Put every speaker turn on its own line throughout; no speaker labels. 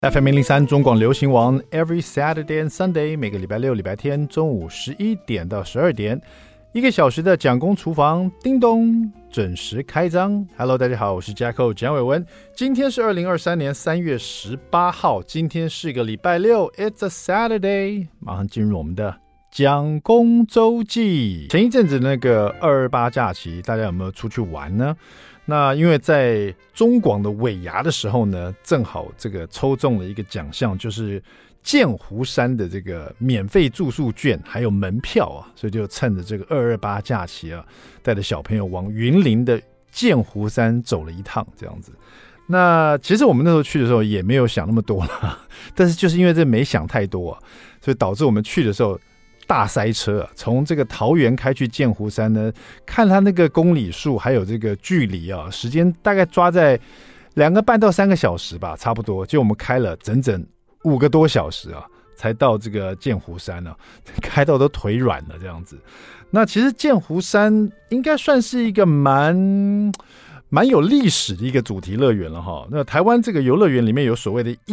FM103 中广流行网 Every Saturday and Sunday 每个礼拜六礼拜天中午11点到12点1个小时的蒋公厨房叮咚准时开张。 Hello 大家好，我是 Jacko 蒋伟文。今天是2023年3月18号，今天是个礼拜六， It's a Saturday。 马上进入我们的蒋公周记。前一阵子那个228假期大家有没有出去玩呢？那因为在中广的尾牙的时候呢，正好这个抽中了一个奖项，就是剑湖山的这个免费住宿券还有门票啊，所以就趁着这个228假期啊，带着小朋友往云林的剑湖山走了一趟这样子。那其实我们那时候去的时候也没有想那么多啦，但是就是因为这没想太多啊，所以导致我们去的时候大塞车啊，从这个桃园开去剑湖山呢，看它那个公里数还有这个距离啊，时间大概抓在2个半到3个小时吧，差不多。就我们开了整整5个多小时啊，才到这个剑湖山啊，开到都腿软了这样子。那其实剑湖山应该算是一个蛮有历史的一个主题乐园了哈。那台湾这个游乐园里面有所谓的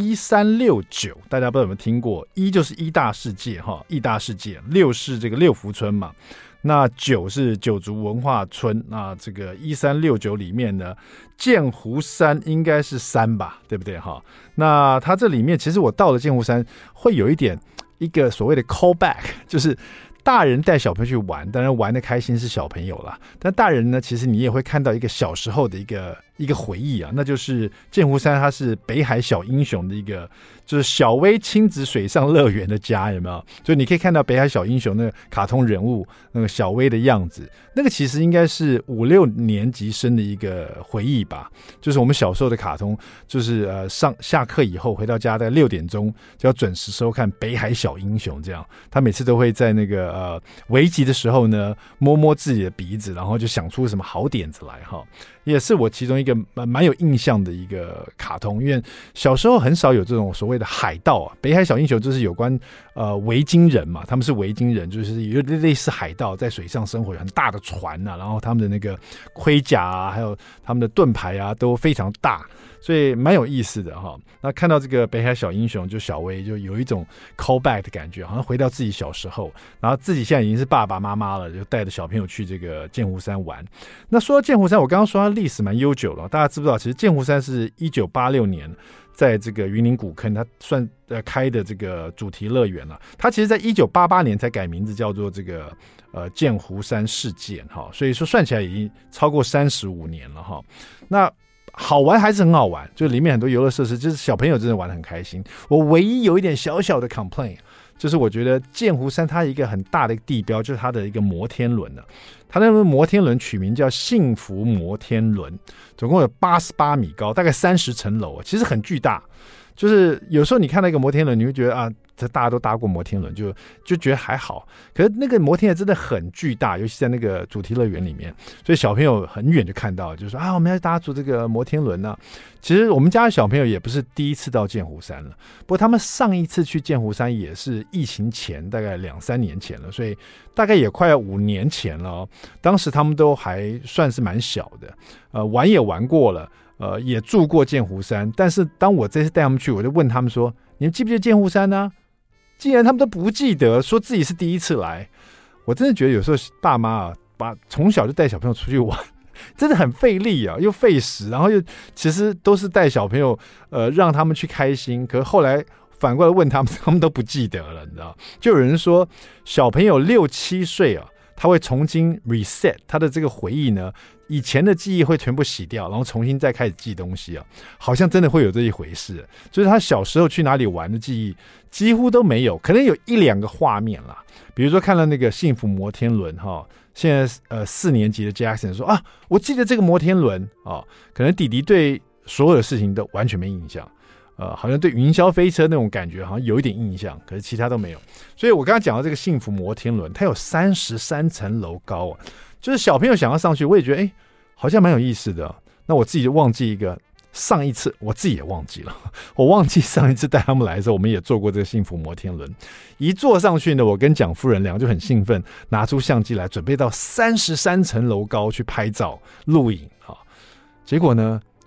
1369，大家不知道有没有听过？一就是一大世界哈，一大世界；六是这个六福村嘛，那9是九族文化村。那这个1369里面呢，剑湖山应该是3吧，对不对哈？那它这里面其实我到了剑湖山，会有一个所谓的 callback， 就是大人带小朋友去玩，当然玩的开心是小朋友啦，但大人呢，其实你也会看到一个小时候的一个回忆啊，那就是剑湖山它是北海小英雄的一个，就是小威亲子水上乐园的家，有没有？就你可以看到北海小英雄那个卡通人物那个小威的样子，那个其实应该是5、6年级生的一个回忆吧，就是我们小时候的卡通，就是下课以后回到家在6点钟就要准时收看北海小英雄，这样他每次都会在那个危急的时候呢，摸摸自己的鼻子，然后就想出什么好点子来哈。也是我其中一个蛮有印象的一个卡通，因为小时候很少有这种所谓的海盗啊。北海小英雄就是有关维京人嘛，他们是维京人，就是有类似海盗在水上生活，有很大的船啊，然后他们的那个盔甲啊，还有他们的盾牌啊都非常大，所以蛮有意思的哈。那看到这个北海小英雄就小威，就有一种 callback 的感觉，好像回到自己小时候，然后自己现在已经是爸爸妈妈了，就带着小朋友去这个剑湖山玩。那说到剑湖山，我刚刚说它历史蛮悠久了，大家知不知道？其实剑湖山是1986年在这个云林古坑，它算开的这个主题乐园了。它其实在1988年才改名字，叫做这个剑湖山世界哈，所以说算起来已经超过35年了哈。那好玩还是很好玩，就里面很多游乐设施，就是小朋友真的玩得很开心。我唯一有一点小小的 complaint， 就是我觉得剑湖山它一个很大的地标就是它的一个摩天轮了。它那个摩天轮取名叫幸福摩天轮，总共有88米高，大概30层楼，其实很巨大。就是有时候你看那个摩天轮，你会觉得啊，这大家都搭过摩天轮，就觉得还好。可是那个摩天轮真的很巨大，尤其在那个主题乐园里面，所以小朋友很远就看到，就说啊，我们要搭出这个摩天轮啊。其实我们家的小朋友也不是第一次到剑湖山了，不过他们上一次去剑湖山也是疫情前，大概2、3年前了，所以大概也快要5年前了哦。当时他们都还算是蛮小的，玩也玩过了。也住过剑湖山，但是当我这次带他们去，我就问他们说：“你们记不记得剑湖山呢？”既然他们都不记得，说自己是第一次来，我真的觉得有时候爸妈啊，从小就带小朋友出去玩，真的很费力啊，又费时，然后又其实都是带小朋友，让他们去开心，可是后来反过来问他们，他们都不记得了，你知道？就有人说，小朋友6、7岁啊，他会重新 reset 他的这个回忆呢。以前的记忆会全部洗掉，然后重新再开始记东西啊，好像真的会有这一回事。就是他小时候去哪里玩的记忆几乎都没有，可能有1、2个画面啦。比如说看了那个幸福摩天轮哈，现在4年级的 Jackson 说啊，我记得这个摩天轮啊，可能弟弟对所有的事情都完全没印象。好像对云霄飞车那种感觉好像有一点印象，可是其他都没有。所以我刚刚讲到这个幸福摩天轮，它有33层楼高啊，就是小朋友想要上去，我也觉得好像蛮有意思的。那我自己就忘记一个，上一次我自己也忘记了，我忘记上一次带他们来的时候，我们也坐过这个幸福摩天轮。一坐上去呢，我跟蒋夫人两个就很兴奋，拿出相机来，准备到33层楼高去拍照录影啊。结果呢，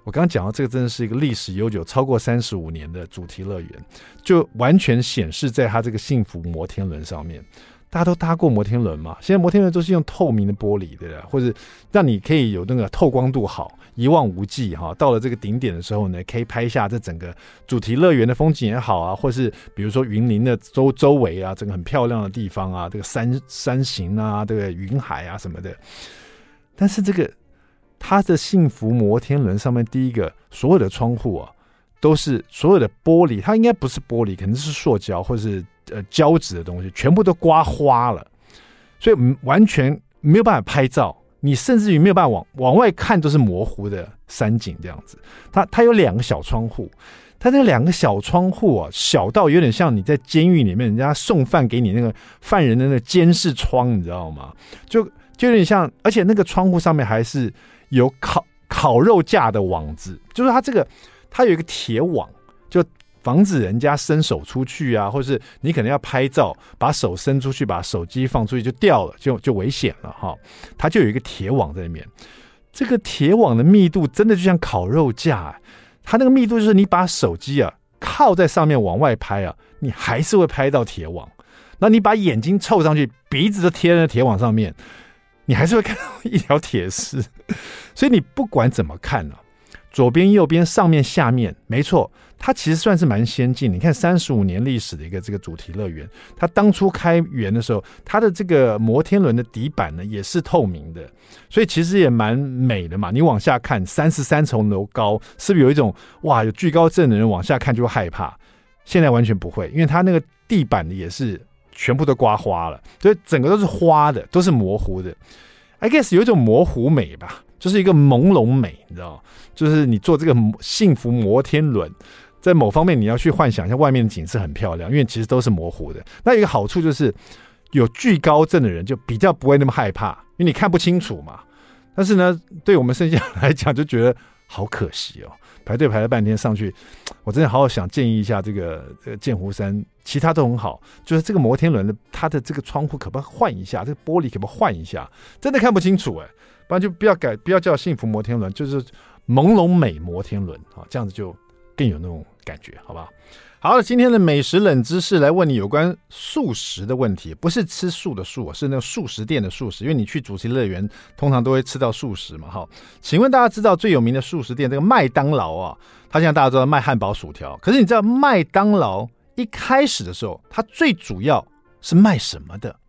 我刚刚讲到这个真的是一个历史悠久超过35年的主题乐园，就完全显示在它这个幸福摩天轮上面。大家都搭过摩天轮嘛？现在摩天轮都是用透明的玻璃，对不对？或者让你可以有那个透光度好，一望无际哈。到了这个顶点的时候呢，可以拍下这整个主题乐园的风景也好啊，或是比如说云林的周围啊，整个很漂亮的地方啊，这个山形啊，这个云海啊什么的。但是这个它的幸福摩天轮上面，第一个所有的窗户啊，都是所有的玻璃，它应该不是玻璃，可能是塑胶或是胶质的东西，全部都刮花了，所以完全没有办法拍照，你甚至于没有办法往外看都是模糊的山景这样子。它有2个小窗户，它那2个小窗户啊，小到有点像你在监狱里面人家送饭给你那个犯人的那个监视窗，你知道吗？就有点像，而且那个窗户上面还是有烤肉架的网子，就是它有一个铁网，就防止人家伸手出去啊，或是你可能要拍照，把手伸出去，把手机放出去就掉了，就危险了哈。它就有一个铁网在里面，这个铁网的密度真的就像烤肉架，它那个密度就是你把手机啊靠在上面往外拍啊，你还是会拍到铁网。那你把眼睛凑上去，鼻子都贴在铁网上面，你还是会看到一条铁丝。所以你不管怎么看啊，左边、右边、上面、下面，没错，它其实算是蛮先进。你看35年历史的一个这个主题乐园，它当初开园的时候，它的这个摩天轮的底板呢也是透明的，所以其实也蛮美的嘛。你往下看33层楼高，是不是有一种哇有惧高症的人往下看就会害怕？现在完全不会，因为它那个地板也是全部都刮花了，所以整个都是花的，都是模糊的。I guess 有一种模糊美吧，就是一个朦胧美，你知道吗？就是你做这个幸福摩天轮，在某方面你要去幻想一下外面的景色很漂亮，因为其实都是模糊的。那有一个好处就是有惧高症的人就比较不会那么害怕，因为你看不清楚嘛。但是呢，对我们剩下来讲就觉得好可惜哦，排队排了半天上去，我真的好好想建议一下这个剑湖山，其他都很好，就是这个摩天轮的它的这个窗户可不可以换一下，这个玻璃可不可以换一下，真的看不清楚不然就不要叫幸福摩天轮，就是朦胧美摩天轮啊，这样子就更有那种感觉，好不好？好了，今天的美食冷知识来问你有关素食的问题，不是吃素的素，是那个素食店的素食，因为你去主题乐园通常都会吃到素食嘛。好，请问大家知道最有名的素食店这个麦当劳啊，它现在大家都在卖汉堡薯条，可是你知道麦当劳一开始的时候，它最主要是卖什么的？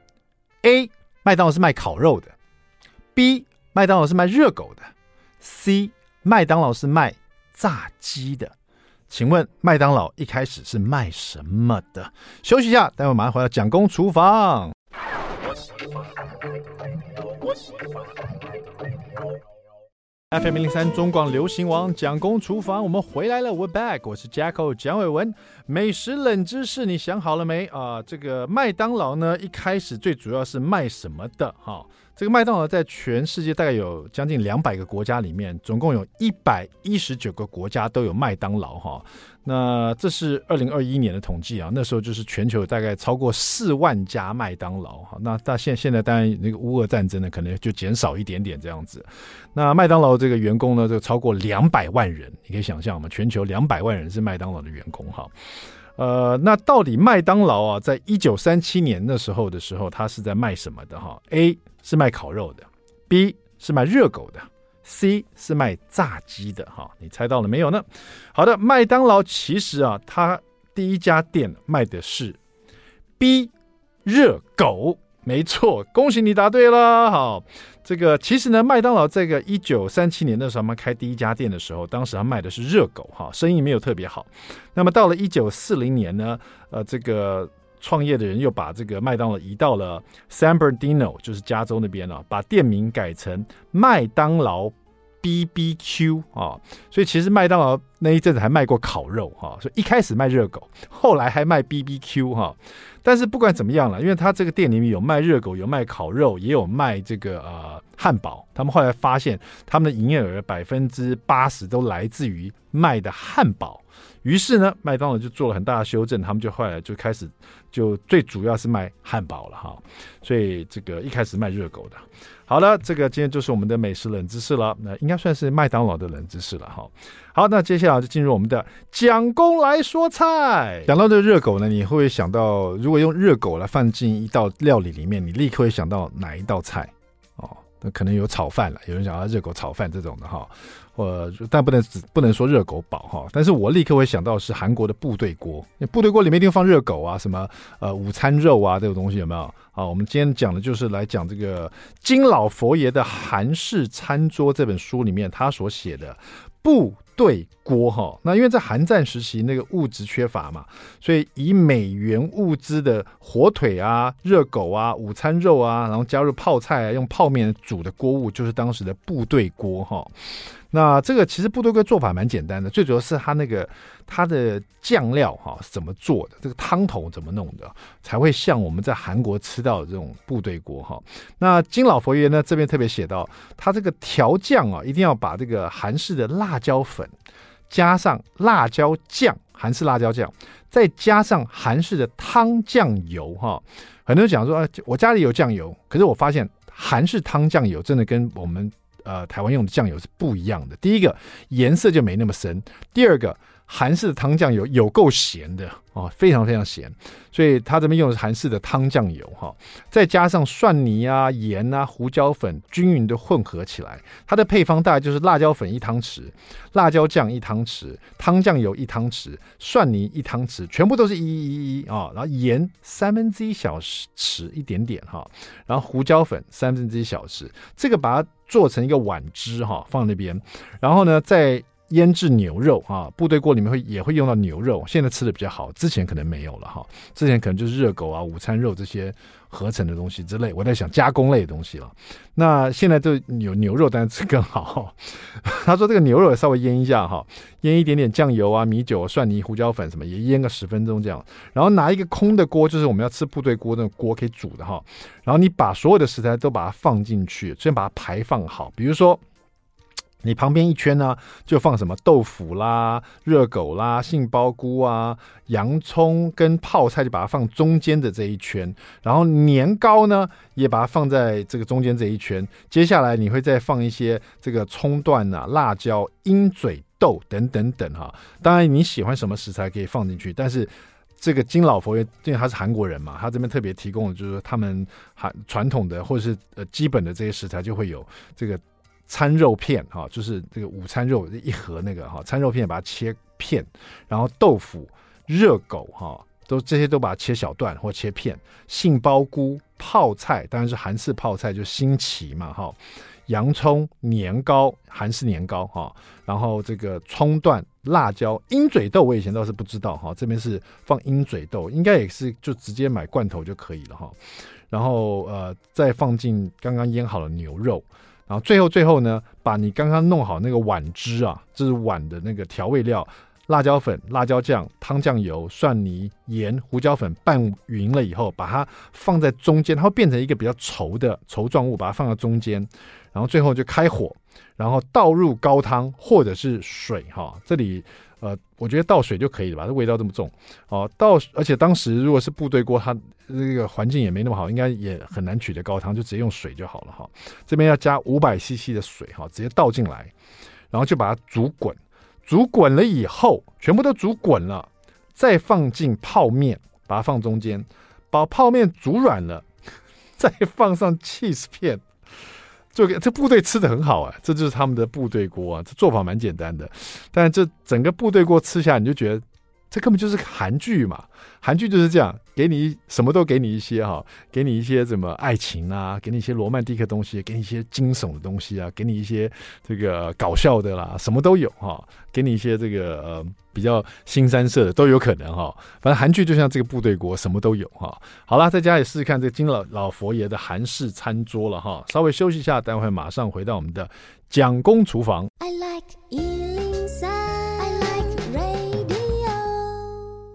A. 麦当劳是卖烤肉的， B. 麦当劳是卖热狗的， C. 麦当劳是卖炸鸡的。请问麦当劳一开始是卖什么的？休息一下，待会马上回到蒋公厨房。FM103 中广流行王蒋公厨房，我们回来了 ，We're back， 我是 Jacko 蒋伟文。美食冷知识，你想好了没啊？这个麦当劳呢，一开始最主要是卖什么的？哈，这个麦当劳在全世界大概有将近200个国家里面，总共有119个国家都有麦当劳哈。那这是2021年的统计啊，那时候就是全球大概超过4万家麦当劳哈。那现在当然那个乌俄战争呢，可能就减少一点点这样子。那麦当劳这个员工呢，就超过200万人，你可以想象嘛，全球200万人是麦当劳的员工哈。那到底麦当劳啊，在1937年的时候，它是在卖什么的哈 ？A 是卖烤肉的， B 是卖热狗的， C 是卖炸鸡的哈。你猜到了没有呢？好的，麦当劳其实啊，它第一家店卖的是 B 热狗，没错，恭喜你答对了。好，这个其实呢，麦当劳这个1937年的时候，他们开第一家店的时候，当时他卖的是热狗哈，生意没有特别好。那么到了1940年呢，这个创业的人又把这个麦当劳移到了 San Bernardino， 就是加州那边把店名改成麦当劳 BBQ 啊，所以其实麦当劳那一阵子还卖过烤肉哈，所以一开始卖热狗，后来还卖 BBQ 哈。但是不管怎么样了，因为他这个店里面有卖热狗，有卖烤肉，也有卖这个汉堡。他们后来发现，他们的营业额80%都来自于卖的汉堡。 于是呢，麦当劳就做了很大的修正，他们就后来就开始就最主要是卖汉堡了哈，所以这个一开始卖热狗的。好了，这个今天就是我们的美食冷知识了，那应该算是麦当劳的冷知识了哈。好，那接下来就进入我们的蒋公来说菜。讲到这个热狗呢，你会不会想到，如果用热狗来放进一道料理里面，你立刻会想到哪一道菜？哦，那可能有炒饭了，有人讲到热狗炒饭这种的哈，但不能说热狗堡哈。但是我立刻会想到的是韩国的部队锅，部队锅里面一定放热狗啊，什么午餐肉啊这种东西有没有？好，我们今天讲的就是来讲这个金老佛爷的韩式餐桌这本书里面他所写的部队锅哈。那因为在韩战时期那个物质缺乏嘛，所以以美元物资的火腿啊、热狗啊、午餐肉啊，然后加入泡菜啊，用泡面煮的锅物就是当时的部队锅哈。那这个其实部队锅做法蛮简单的，最主要是它的酱料哈怎么做的，这个汤头怎么弄的，才会像我们在韩国吃到的这种部队锅哈。那金老佛爷呢这边特别写到，他这个调酱啊，一定要把这个韩式的辣椒粉加上辣椒酱，韩式辣椒酱，再加上韩式的汤酱油哈。很多人讲说，我家里有酱油，可是我发现韩式汤酱油真的跟我们台湾用的酱油是不一样的。第一个颜色就没那么深，第二个韩式的汤酱油有够咸的哦，非常非常咸，所以他这边用的是韩式的汤酱油哈，再加上蒜泥啊、盐啊、胡椒粉均匀的混合起来，它的配方大概就是辣椒粉1汤匙、辣椒酱1汤匙、汤酱油1汤匙、蒜泥1汤匙，全部都是1啊，然后盐1/3小匙一点点哈，然后胡椒粉1/3小匙，这个把它做成一个碗汁哈，放那边，然后呢再腌制牛肉啊，部队锅里面也会用到牛肉，现在吃的比较好，之前可能没有了哈，之前可能就是热狗啊、午餐肉这些合成的东西之类，我在想加工类的东西了。那现在就有牛肉，当然吃更好。他说这个牛肉也稍微腌一下哈，腌一点点酱油啊、米酒、蒜泥、胡椒粉什么，也腌个10分钟这样。然后拿一个空的锅，就是我们要吃部队锅那种锅可以煮的哈。然后你把所有的食材都把它放进去，先把它排放好，比如说。你旁边一圈呢，就放什么豆腐啦、热狗啦、杏鲍菇啊、洋葱跟泡菜，就把它放中间的这一圈。然后年糕呢，也把它放在这个中间这一圈。接下来你会再放一些这个葱段啊、辣椒、鹰嘴豆等等等哈。当然你喜欢什么食材可以放进去，但是这个金老佛爷因为他是韩国人嘛，他这边特别提供的就是他们传统的或者是基本的这些食材就会有这个。餐肉片哈，就是这个午餐肉一盒那个哈，餐肉片把它切片，然后豆腐、热狗哈，这些都把它切小段或切片，杏鲍菇、泡菜，当然是韩式泡菜，就新奇嘛哈，洋葱、年糕，韩式年糕哈，然后这个葱段、辣椒、鹰嘴豆，我以前倒是不知道哈，这边是放鹰嘴豆，应该也是就直接买罐头就可以了哈，然后再放进刚刚腌好的牛肉。然后最后呢，把你刚刚弄好那个碗汁啊，这是碗的那个调味料，辣椒粉、辣椒酱、汤酱油、蒜泥、盐、胡椒粉拌匀了以后，把它放在中间，它会变成一个比较稠的稠状物，把它放在中间，然后最后就开火，然后倒入高汤或者是水哈，这里我觉得倒水就可以了吧，这味道这么重哦，而且当时如果是部队锅，它这个环境也没那么好，应该也很难取得高汤，就直接用水就好了哈。这边要加500cc 的水哈，直接倒进来，然后就把它煮滚，煮滚了以后，全部都煮滚了，再放进泡面，把它放中间，把泡面煮软了，再放上 cheese 片。这部队吃的很好啊，这就是他们的部队锅啊，这做法蛮简单的，但这整个部队锅吃下来，你就觉得这根本就是韩剧嘛，韩剧就是这样，给你什么都给你一些哈，给你一些什么爱情啊，给你一些罗曼蒂克东西，给你一些惊悚的东西啊，给你一些这个搞笑的啦，什么都有哈，给你一些这个比较新三色的都有可能哈，反正韩剧就像这个部队锅，什么都有哈。好啦，在家里试试看这个金老佛爷的韩式餐桌了哈，稍微休息一下，待会马上回到我们的蒋公厨房。I like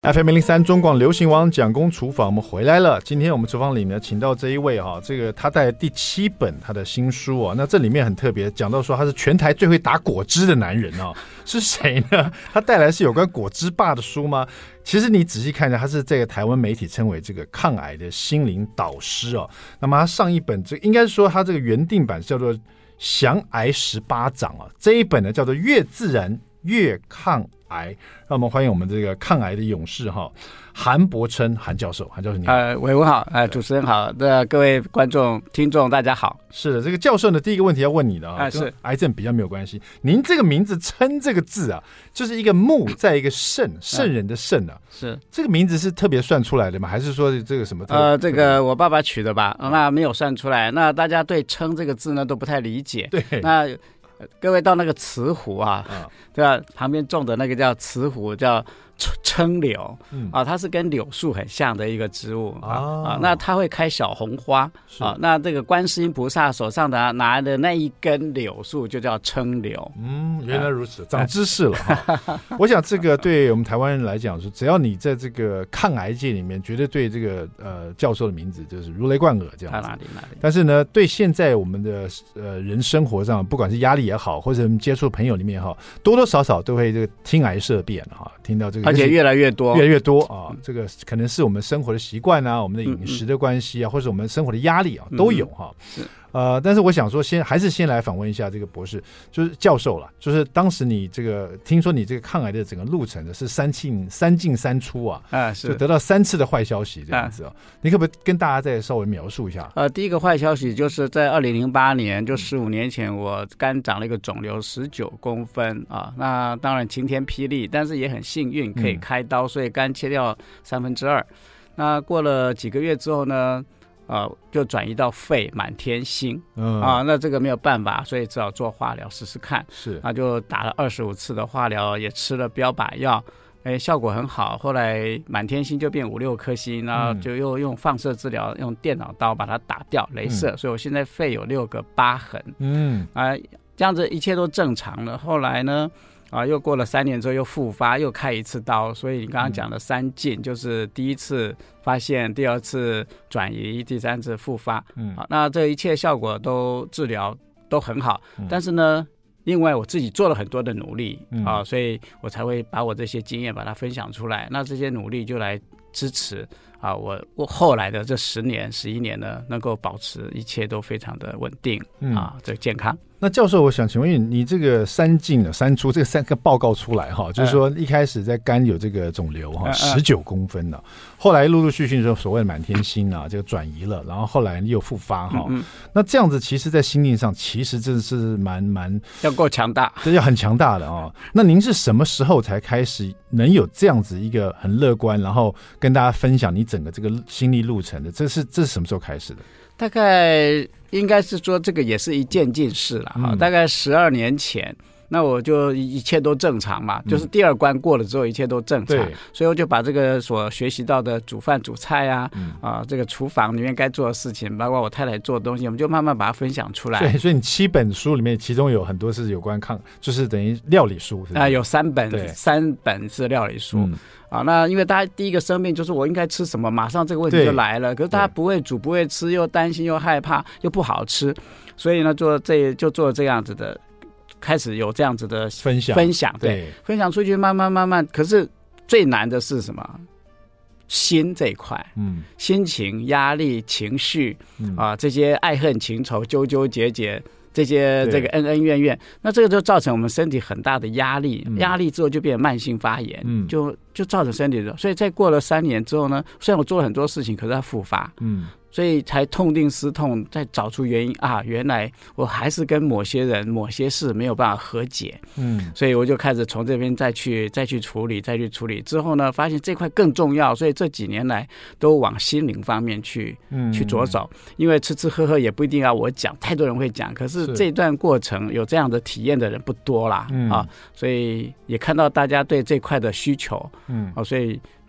FM103中广流行王蒋公厨房，我们回来了。今天我们厨房里呢，请到这一位这个他带来第7本他的新书那这里面很特别，讲到说他是全台最会打果汁的男人是谁呢？他带来是有关果汁霸的书吗？其实你仔细看一下，他是这个台湾媒体称为这个抗癌的心灵导师那么他上一本应该说他这个原定版叫做降癌18掌这一本呢叫做越自然越抗癌。让我们欢迎我们这个抗癌的勇士韩伯琛韩教授。韩教授你好。
伟文好，主持人好，各位观众听众大家好。
是的，这个教授呢，第一个问题要问你的
是
癌症比较没有关系。您这个名字琛这个字就是一个木在一个圣人的圣
是
这个名字是特别算出来的吗？还是说这个什么
这个我爸爸取的吧？那没有算出来。那大家对琛这个字呢都不太理解。
对，
那各位到那个慈湖对吧？旁边种的那个叫慈湖，叫琛柳它是跟柳树很像的一个植物那它会开小红花那这个观世音菩萨手上的拿的那一根柳树就叫琛柳。
原来如此，长知识了我想这个对我们台湾人来讲，只要你在这个抗癌界里面，绝对对这个教授的名字就是如雷贯耳这样子。
哪里
但是呢，对现在我们的人生活上，不管是压力也好，或者接触朋友里面也好，多多少少都会这个听癌色变听到这个，
而且越来越多
这个可能是我们生活的习惯我们的饮食的关系或者我们生活的压力都有但是我想说还是先来访问一下这个博士，就是教授了，就是当时你这个听说你这个抗癌的整个路程是三进三出
是
就得到3次的坏消息这样子你可不可以跟大家再稍微描述一下？
第一个坏消息就是在2008年，就15年前，我肝长了一个肿瘤19公分那当然晴天霹雳，但是也很幸运可以开刀，所以肝切掉2/3。那过了几个月之后呢就转移到肺满天星那这个没有办法，所以只好做化疗试试看。
是，
那就打了25次的化疗，也吃了标靶药，效果很好。后来满天星就变5-6颗星，然后就又用放射治疗，用电脑刀把它打掉，雷射，所以我现在肺有6个疤痕。这样子一切都正常了。后来呢又过了3年之后又复发，又开1次刀，所以你刚刚讲的3进就是第1次发现，第2次转移，第3次复发那这一切效果都治疗都很好但是呢另外我自己做了很多的努力所以我才会把我这些经验把它分享出来，那这些努力就来支持我后来的这10年11年呢，能够保持一切都非常的稳定这个健康。
那教授，我想请问你这个3进3出这个3个报告出来就是说一开始在肝有这个肿瘤19公分后来陆陆续续所谓的满天星这个转移了，然后后来又复发那这样子其实在心境上其实真的是蛮
要够强大，
要很强大的那您是什么时候才开始能有这样子一个很乐观，然后跟大家分享你整个这个心理路程的？这是什么时候开始的？
大概应该是说这个也是一渐进式了大概12年前，那我就一切都正常嘛就是第2关过了之后一切都正常所以我就把这个所学习到的煮饭煮菜这个厨房里面该做的事情，包括我太太做的东西，我们就慢慢把它分享出来。
所以你7本书里面其中有很多是有关就是等于料理书
有3本是料理书那因为大家第一个生病就是我应该吃什么，马上这个问题就来了，可是大家不会煮不会吃，又担心又害怕又不好吃，所以呢就做这样子的，开始有这样子的分享对，分享出去慢慢，可是最难的是什么？心这一块心情压力情绪这些爱恨情仇纠纠结结，这些这个恩恩怨怨，那这个就造成我们身体很大的压力，压力之后就变成慢性发炎就造成身体的，所以在过了3年之后呢，虽然我做了很多事情，可是它复发所以才痛定思痛，再找出原因原来我还是跟某些人某些事没有办法和解所以我就开始从这边再去处理之后呢，发现这块更重要，所以这几年来都往心灵方面去着手，因为吃吃喝喝也不一定要我讲，太多人会讲，可是这段过程有这样的体验的人不多啦所以也看到大家对这块的需求所以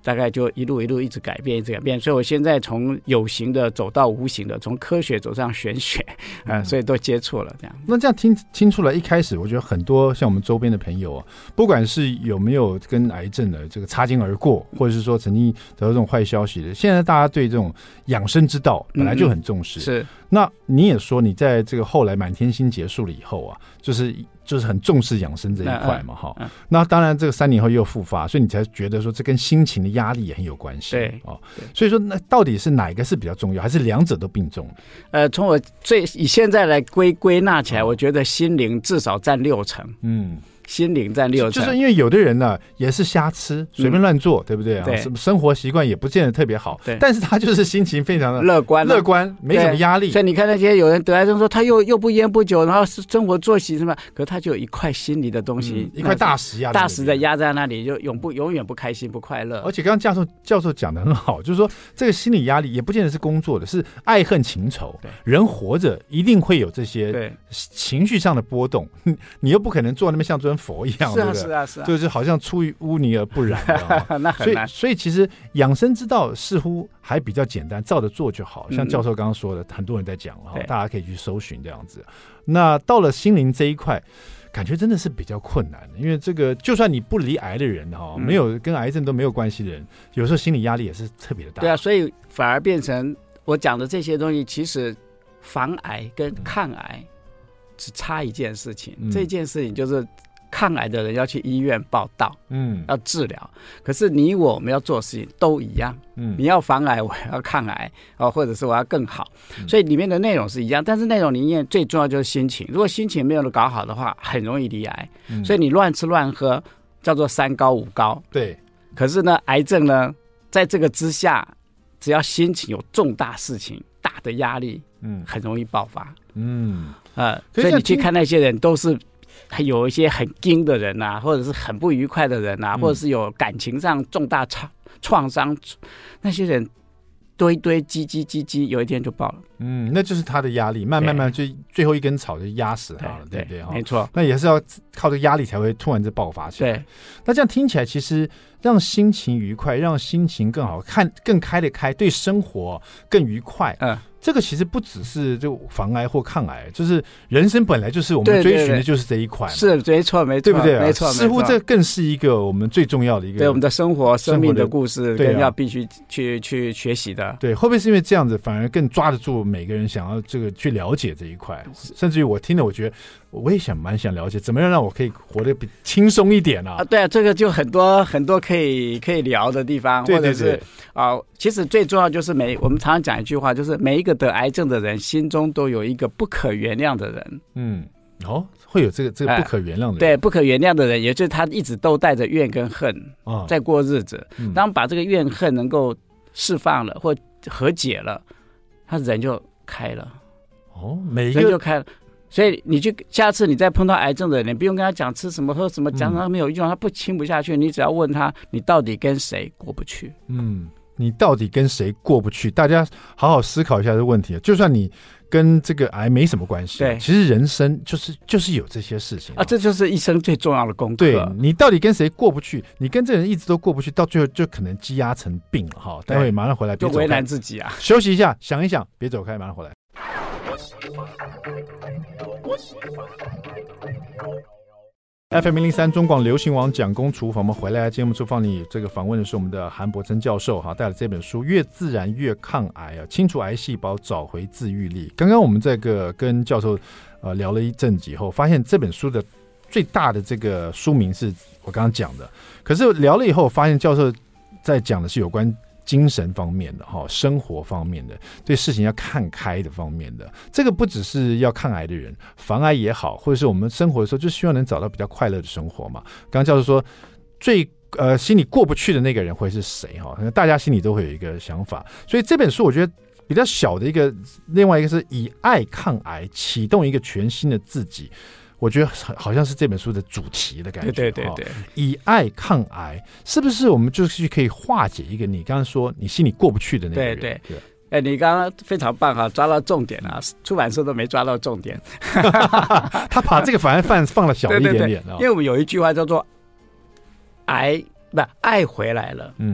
大概就一路一直改变，所以我现在从有形的走到无形的，从科学走上玄学，所以都接触了这样。
那这样听出来，一开始我觉得很多像我们周边的朋友啊，不管是有没有跟癌症的这个擦肩而过，或者是说曾经得到这种坏消息的，现在大家对这种养生之道本来就很重视。
是。
那你也说，你在这个后来满天星结束了以后啊，就是很重视养生这一块嘛，哈。那当然，这个3年后又复发，所以你才觉得说这跟心情的压力也很有关系。
对
哦，所以说那到底是哪一个是比较重要，还是两者都并重？
从我以现在来归纳起来，我觉得心灵至少占60%。心灵占60%，
就是因为有的人呢也是瞎吃，随便乱做，对不对啊？
对，
生活习惯也不见得特别好，但是他就是心情非常的
乐观，
没什么压力。
所以你看那些有人得癌症说他又不烟不酒，然后生活作息什么，可是他就有一块心里的东西，
一块大石
的压在那里，就永远不开心不快乐。
而且刚刚教授讲的很好，就是说这个心理压力也不见得是工作的，是爱恨情仇。人活着一定会有这些情绪上的波动，你又不可能坐那边像尊佛一样。
是啊，
就是好像出于污泥而不染
那很难。
所以其实养生之道似乎还比较简单，照着做就好。像教授刚刚说的，很多人在讲，大家可以去搜寻这样子。那到了心灵这一块，感觉真的是比较困难的，因为这个就算你不离癌的人没有跟癌症都没有关系的人，有时候心理压力也是特别的大。
对啊，所以反而变成我讲的这些东西，其实防癌跟抗癌只差一件事情，这件事情就是抗癌的人要去医院报到，要治疗。可是你我们要做的事情都一样，你要防癌，我要抗癌，或者是我要更好，所以里面的内容是一样，但是内容里面最重要就是心情。如果心情没有搞好的话，很容易罹癌。所以你乱吃乱喝叫做3高5高。
对。
可是呢，癌症呢，在这个之下，只要心情有重大事情、大的压力，很容易爆发。所以你去看那些人都是。有一些很硬的人啊，或者是很不愉快的人啊，或者是有感情上重大创伤，那些人堆积，有一天就爆了。
那就是他的压力，慢慢就最后一根草就压死他了，对不对？
没错。
那也是要靠这个压力才会突然就爆发起来。对。那这样听起来，其实让心情愉快，让心情更好看，更开得开，对生活更愉快。这个其实不只是就防癌或抗癌，就是人生本来就是我们追寻的就是这一块。
是没错，
对不对？
没错。
似乎这更是一个我们最重要的一个，
对我们的生活、生命的故事，更要必须去学习的。
对，会不会是因为这样子，反而更抓得住每个人想要这个去了解这一块？甚至于我听了，我觉得我也蛮想了解，怎么样让我可以活得比轻松一点啊？
对啊，这个就很多可以聊的地方，或者是其实最重要就是我们常常讲一句话，就是每一个得癌症的人心中都有一个不可原谅的人。
会有这个不可原谅的人。
对，不可原谅的人，也就是他一直都带着怨跟恨在过日子。当把这个怨恨能够释放了或和解了，他人就开了。
每一个
人就开了。所以下次你再碰到癌症的人，你不用跟他讲吃什么喝什么，讲他没有用，他不亲不下去。你只要问他，你到底跟谁过不去？
你到底跟谁过不去？大家好好思考一下这个问题。就算你跟这个癌没什么关系，对，其实人生就是有这些事情
这就是一生最重要的功课。
对，你到底跟谁过不去？你跟这个人一直都过不去，到最后就可能积压成病了待会马上回来，别走开，
就为难自己啊！
休息一下，想一想，别走开，马上回来。FM103 中广流行网蒋公厨房，我们回来节目中放你这个访问的是我们的韩伯琛教授带了这本书《越自然越抗癌》清除癌细胞，找回自愈力。刚刚我们这个跟教授聊了一阵子以后，发现这本书的最大的这个书名是我刚刚讲的，可是聊了以后发现教授在讲的是有关精神方面的生活方面的，对事情要看开的方面的。这个不只是要抗癌的人，防癌也好，或者是我们生活的时候就希望能找到比较快乐的生活嘛。刚刚教授说最心里过不去的那个人会是谁大家心里都会有一个想法。所以这本书我觉得比较小的一个，另外一个是以爱抗癌，启动一个全新的自己。我觉得好像是这本书的主题的感觉。对，以爱抗癌，是不是我们就是可以化解一个你刚刚说你心里过不去的那个人？
对，你刚刚非常棒抓到重点啊！出版社都没抓到重点，
他把这个反而放了小一点点。
因为我们有一句话叫做爱回来了，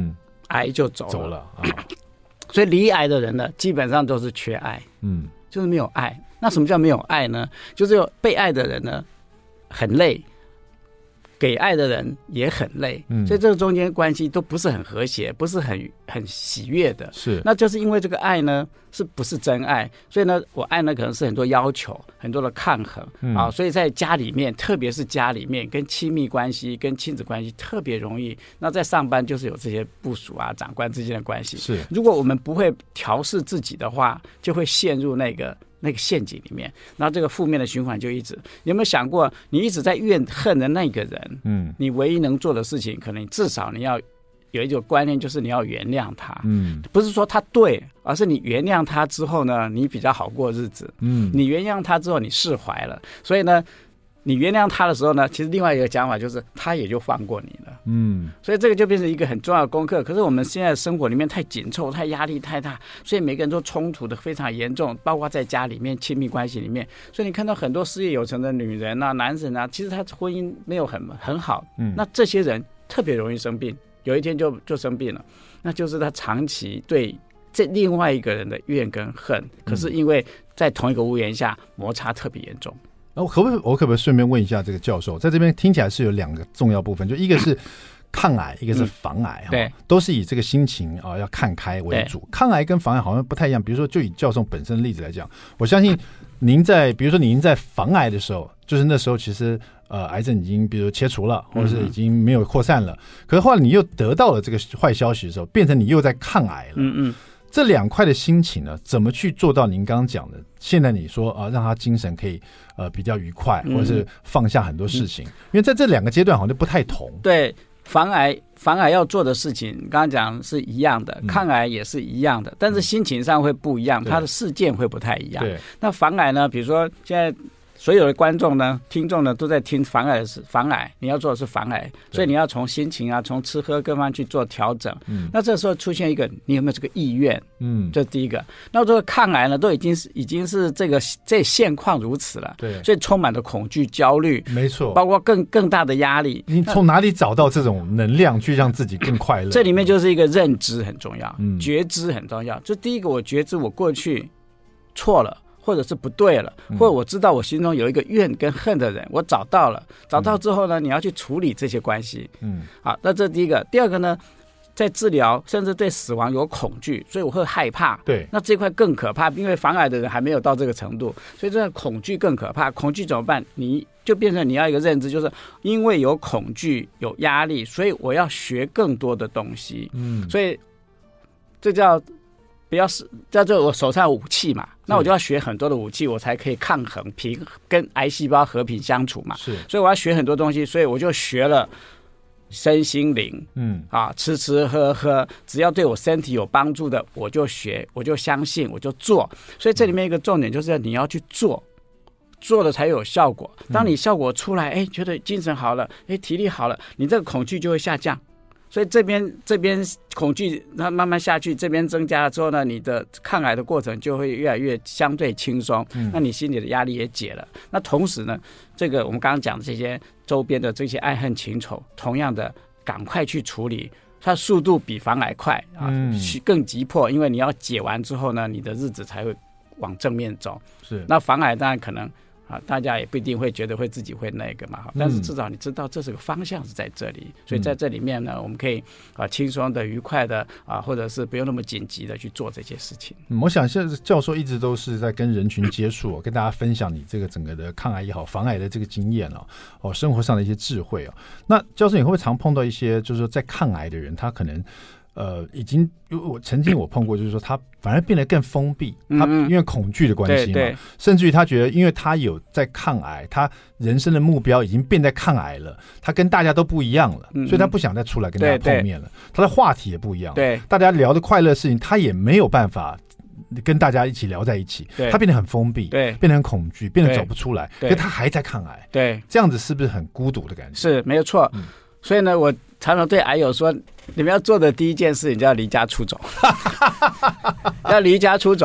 癌就走了
啊。
所以罹癌的人呢，基本上都是缺爱，就是没有爱。那什么叫没有爱呢？就是有被爱的人呢很累，给爱的人也很累，所以这个中间关系都不是很和谐，不是很喜悦的。
是，
那就是因为这个爱呢，是不是真爱？所以呢，我爱呢可能是很多要求，很多的抗衡啊，所以在家里面，特别是家里面跟亲密关系、跟亲子关系特别容易。那在上班就是有这些部属啊、长官之间的关系。
是，
如果我们不会调试自己的话，就会陷入那个陷阱里面，然后这个负面的循环就一直。有没有想过，你一直在怨恨的那个人，你唯一能做的事情，可能至少你要有一种观念，就是你要原谅他，不是说他对，而是你原谅他之后呢，你比较好过日子，你原谅他之后，你释怀了，所以呢，你原谅他的时候呢，其实另外一个讲法就是他也就放过你了，所以这个就变成一个很重要的功课。可是我们现在的生活里面太紧凑，太压力太大，所以每个人都冲突的非常严重，包括在家里面亲密关系里面。所以你看到很多事业有成的女人啊、男人啊，其实他婚姻没有很好，那这些人特别容易生病，有一天就生病了，那就是他长期对这另外一个人的怨跟恨，可是因为在同一个屋檐下摩擦特别严重。
我可不可以顺便问一下这个教授，在这边听起来是有两个重要部分，就一个是抗癌，一个是防癌，
对，
都是以这个心情啊要看开为主。抗癌跟防癌好像不太一样，比如说就以教授本身的例子来讲，我相信比如说您在防癌的时候，就是那时候其实癌症已经比如切除了，或者是已经没有扩散了，可是后来你又得到了这个坏消息的时候，变成你又在抗癌了。这两块的心情呢，怎么去做到您刚刚讲的？现在你说让他精神可以比较愉快，或者是放下很多事情，因为在这两个阶段好像就不太同。
对，防癌要做的事情，刚刚讲是一样的，抗癌也是一样的，但是心情上会不一样，它的事件会不太一样。那防癌呢？比如说现在所有的观众呢、听众呢，都在听防癌的是防癌，你要做的是防癌，所以你要从心情啊、从吃喝各方面去做调整。那这时候出现一个，你有没有这个意愿？这是第一个。那这个抗癌呢，都已经是这现况如此了，对，所以充满了恐惧、焦虑，
没错，
包括更大的压力。
你从哪里找到这种能量去让自己更快乐？
这里面就是一个认知很重要，觉知很重要。就第一个，我觉知我过去错了。或者是不对了，或者我知道我心中有一个怨跟恨的人，我找到了，找到之后呢，你要去处理这些关系。好，那这第一个。第二个呢，在治疗甚至对死亡有恐惧，所以我会害怕。
对，
那这块更可怕，因为防癌的人还没有到这个程度，所以这个恐惧更可怕。恐惧怎么办？你就变成你要一个认知，就是因为有恐惧、有压力，所以我要学更多的东西。所以这叫做我手上有武器嘛，那我就要学很多的武器，我才可以抗衡跟癌细胞和平相处嘛。是，所以我要学很多东西，所以我就学了身心灵，吃吃喝喝，只要对我身体有帮助的，我就学，我就相信，我就做。所以这里面一个重点就是你要去做了才有效果。当你效果出来，觉得精神好了，体力好了，你这个恐惧就会下降。所以这边恐惧它慢慢下去，这边增加了之后呢，你的抗癌的过程就会越来越相对轻松，那你心里的压力也解了。那同时呢，这个我们刚刚讲的这些周边的这些爱恨情仇，同样的赶快去处理，它速度比防癌快更急迫，因为你要解完之后呢，你的日子才会往正面走。是，那防癌当然可能大家也不一定会觉得自己会那个嘛，但是至少你知道这是个方向是在这里，所以在这里面呢，我们可以轻松的、愉快的或者是不用那么紧急的去做这些事情。
我想现在教授一直都是在跟人群接触，跟大家分享你这个整个的抗癌也好、防癌的这个经验生活上的一些智慧那教授你会不会常碰到一些就是说在抗癌的人，他可能已经曾经我碰过，就是说他反而变得更封闭，他因为恐惧的关系嘛，甚至于他觉得，因为他有在抗癌，他人生的目标已经变在抗癌了，他跟大家都不一样了，所以他不想再出来跟大家碰面了，他的话题也不一样了，大家聊的快乐的事情，他也没有办法跟大家一起聊在一起，他变得很封闭，变得很恐惧，变得走不出来，可是他还在抗癌，这样子是不是很孤独的感觉？
是，没有错。所以呢，我常常对癌友说，你们要做的第一件事，你就要离家出走，要离家出走。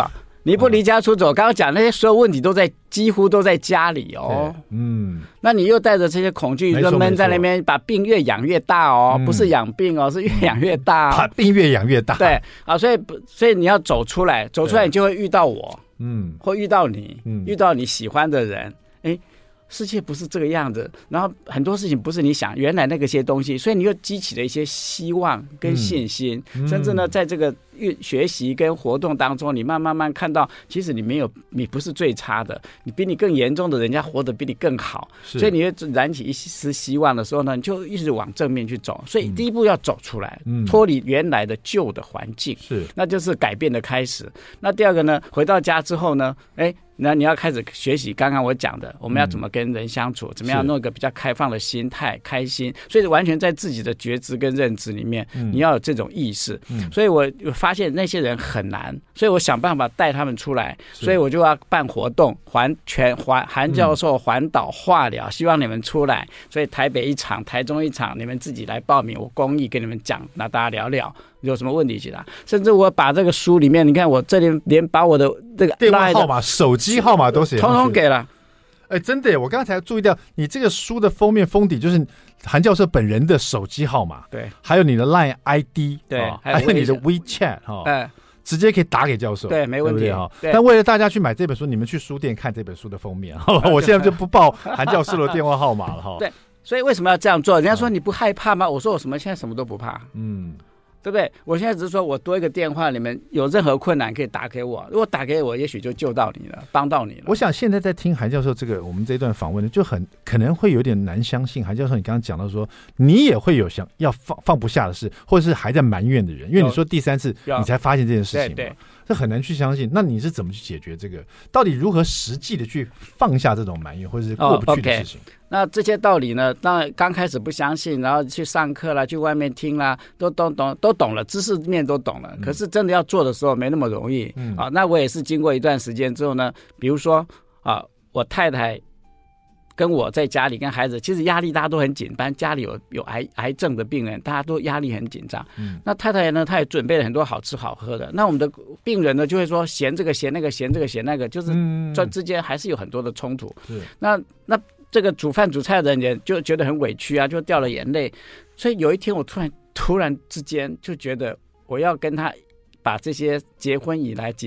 你不离家出走，刚刚讲那些所有问题几乎都在家里哦。那你又带着这些恐惧跟闷在那边，把病越养越大哦，不是养病哦，是越养越大
把病越养越大。
对啊，所以你要走出来，你就会遇到我，或遇到你，遇到你喜欢的人，世界不是这个样子，然后很多事情不是你想原来那个些东西，所以你又激起了一些希望跟信心，甚至呢，在这个学习跟活动当中，你慢慢看到，其实你不是最差的，你比你更严重的人家活得比你更好，所以你会燃起一丝希望的时候呢，你就一直往正面去走。所以第一步要走出来，脱离原来的旧的环境，那就是改变的开始。那第二个呢，回到家之后呢，那你要开始学习刚刚我讲的，我们要怎么跟人相处，怎么样弄一个比较开放的心态，开心。所以完全在自己的觉知跟认知里面，你要有这种意识。所以我发现那些人很难，所以我想办法带他们出来，所以我就要办活动，韩教授环岛化疗，希望你们出来。所以台北一场，台中一场，你们自己来报名，我公益跟你们讲，那大家聊聊。有什么问题解答？甚至我把这个书里面，你看我这里连把我的这个
电话号码、手机号码都写上去，
统统给了。
真的耶！我刚才注意到，你这个书的封面封底就是韩教授本人的手机号码，
对，
还有你的 LINE ID，
对，
还有你的 WeChat 直接可以打给教授，
对，没问题。
对，但为了大家去买这本书，你们去书店看这本书的封面。我现在就不报韩教授的电话号码了哈。
对，所以为什么要这样做？人家说你不害怕吗？我说我现在什么都不怕。对不对？我现在只是说我多一个电话，你们有任何困难可以打给我，如果打给我，也许就救到你了，帮到你了。
我想现在在听韩教授我们这段访问，就可能会有点难相信。韩教授，你刚刚讲到说，你也会有想要放不下的事，或者是还在埋怨的人，因为你说第3次你才发现这件事情嘛，对，这很难去相信。那你是怎么去解决这个？到底如何实际的去放下这种埋怨或者是过不去的事情？
那这些道理呢，当然刚开始不相信，然后去上课啦，去外面听啦，都懂了，知识面都懂了。可是真的要做的时候没那么容易。那我也是经过一段时间之后呢，比如说我太太跟我在家里跟孩子，其实压力大家都很紧张，家里有癌症的病人，大家都压力很紧张。那太太呢，她也准备了很多好吃好喝的。那我们的病人呢，就会说嫌这个嫌那个，嫌这个嫌那个，就是这之间还是有很多的冲突。那这个煮饭煮菜的人也就觉得很委屈啊，就掉了眼泪。所以有一天我突然之间就觉得我要跟他把这些结婚以来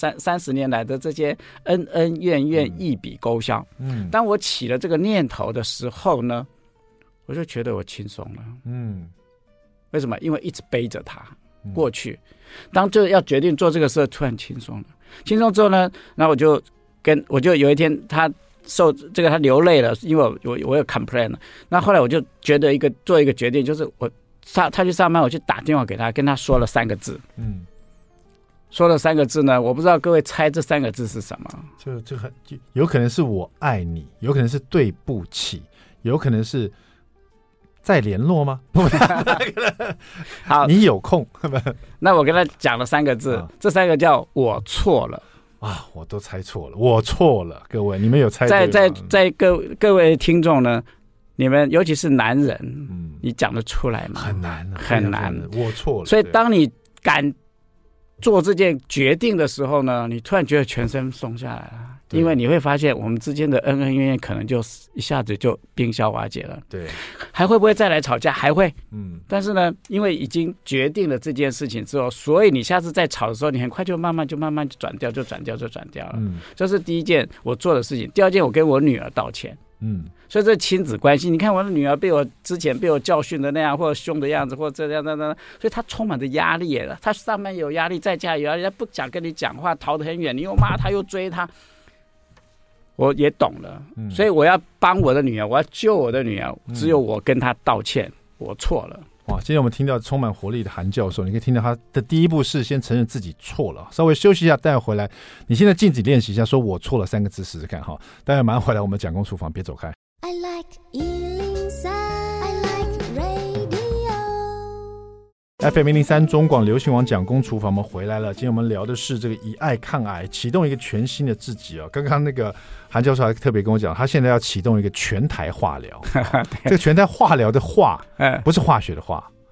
30年来的这些恩恩怨怨一笔勾销。当我起了这个念头的时候呢，我就觉得我轻松了。为什么？因为一直背着他过去，当就要决定做这个事，突然轻松了。轻松之后呢，那我就有一天他流泪了，因为我有 complain 了。那后来我就觉得做一个决定，就是他去上班，我就打电话给他，跟他说了3个字。说了3个字呢，我不知道各位猜这3个字是什么？
就有可能是我爱你，有可能是对不起，有可能是再联络吗？好，你有空。
那我跟他讲了3个字，这3个叫我错了。
我都猜错了，我错了。各位，你们有猜对吗？
在各位听众呢，你们尤其是男人，你讲得出来吗？
很难，
很难。
我错了。
所以当你敢做这件决定的时候呢，你突然觉得全身松下来了。因为你会发现我们之间的恩恩怨怨可能就一下子就冰消瓦解了。
对，
还会不会再来吵架？还会。但是呢，因为已经决定了这件事情之后，所以你下次再吵的时候，你很快就慢慢就转掉了。这是第一件我做的事情。第二件，我跟我女儿道歉。所以这亲子关系，你看我的女儿之前被我教训的那样，或者凶的样子，或者这样，所以她充满着压力了。她上班有压力，在家有压力，她不想跟你讲话，逃得很远，你又骂她，又追她。我也懂了，所以我要帮我的女儿，我要救我的女儿，只有我跟她道歉，我错了。
今天我们听到充满活力的韩教授，你可以听到他的第一步是先承认自己错了，稍微休息一下，待会回来，你现在静止练习一下，说我错了3个字试试看哈。待会马上回来，我们蒋公厨房，别走开。I like 103, I like radio。FM 103中广流行网蒋公厨房，我们回来了。今天我们聊的是这个以爱抗癌，启动一个全新的自己。刚刚那个韩教授还特别跟我讲，他现在要启动一个全台化疗。这个全台化疗的化，不是化学的化，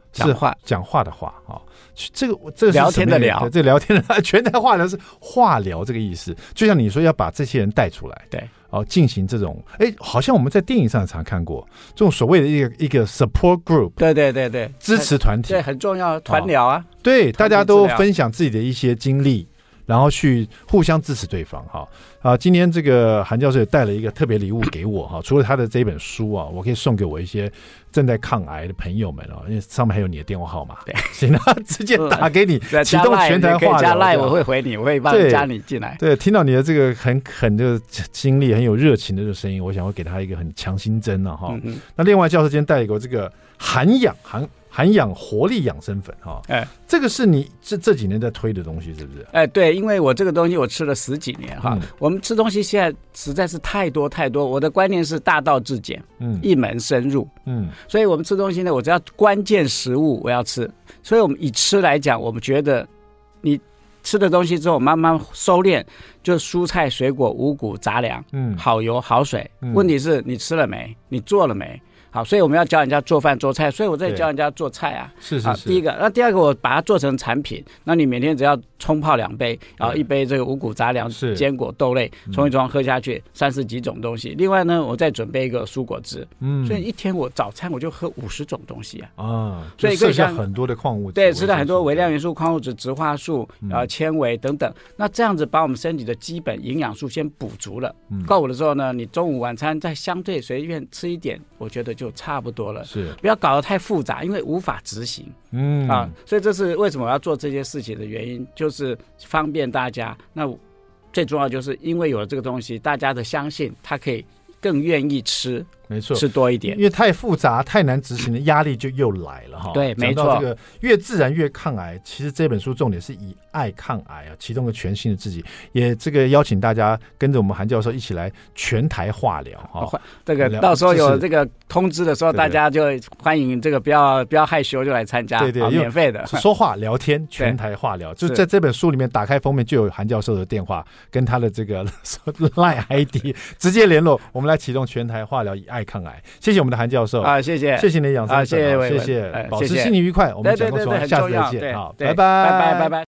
讲
话的话啊。这个是
聊天的聊，
这聊天的全台化疗是化疗这个意思，就像你说要把这些人带出来，
对，
进行这种，好像我们在电影上常看过这种所谓的一个 support group，
对，
支持团体，
对，很重要，团疗啊，
对，大家都分享自己的一些经历，然后去互相支持对方哈。今天这个韩教授也带了一个特别礼物给我哈，除了他的这本书啊，我可以送给我一些正在抗癌的朋友们因为上面还有你的电话号码，对，行了，直接打给你，启动全台化疗，
加赖我会回你，我会帮你加你进来。
对，听到你的这个很的经历，很有热情的这个声音，我想会给他一个很强心针哈。那另外教授今天带一个这个含氧活力养生粉这个是你这几年在推的东西是不是？
对，因为我这个东西我吃了10几年我们吃东西现在实在是太多，我的观念是大道至简，一门深入，所以我们吃东西呢，我只要关键食物我要吃，所以我们以吃来讲，我们觉得你吃的东西之后慢慢收敛，就蔬菜水果五谷杂粮，好油好水，问题是你吃了没，你做了没，好，所以我们要教人家做饭做菜，所以我在教人家做菜啊。
是
第一个，那第二个我把它做成产品，那你每天只要冲泡2杯，然后1杯这个五谷杂粮、坚果豆类，冲一冲喝下去，30几种东西。另外呢，我再准备一个蔬果汁，所以一天我早餐我就喝50种东西
所以摄取很多的矿物质，
对，吃了很多微量元素、矿物质、植化素、纤维等等。那这样子把我们身体的基本营养素先补足了，够了之后呢，你中午晚餐再相对随便吃一点，我觉得就差不多了，
是
不要搞得太复杂，因为无法执行。所以这是为什么我要做这些事情的原因，就是方便大家。那最重要就是因为有了这个东西，大家的相信，他可以更愿意吃，
没错，
吃多一点，
因为太复杂太难执行的压力就又来了
对，没错，
这个越自然越抗癌。其实这本书重点是以爱抗癌启动个全新的自己，也这个邀请大家跟着我们韩教授一起来全台化疗
这个到时候有这个通知的时候，大家就欢迎这个不要害羞就来参加，对，免费的
说话聊天全台化疗，就在这本书里面打开封面就有韩教授的电话跟他的这个 LINE ID 直接联络，我们来启动全台化疗以爱抗癌。谢谢我们的韩教授
谢谢
你的养生粉，谢谢，保持心情愉快，我们讲过说下次再见，好，拜拜。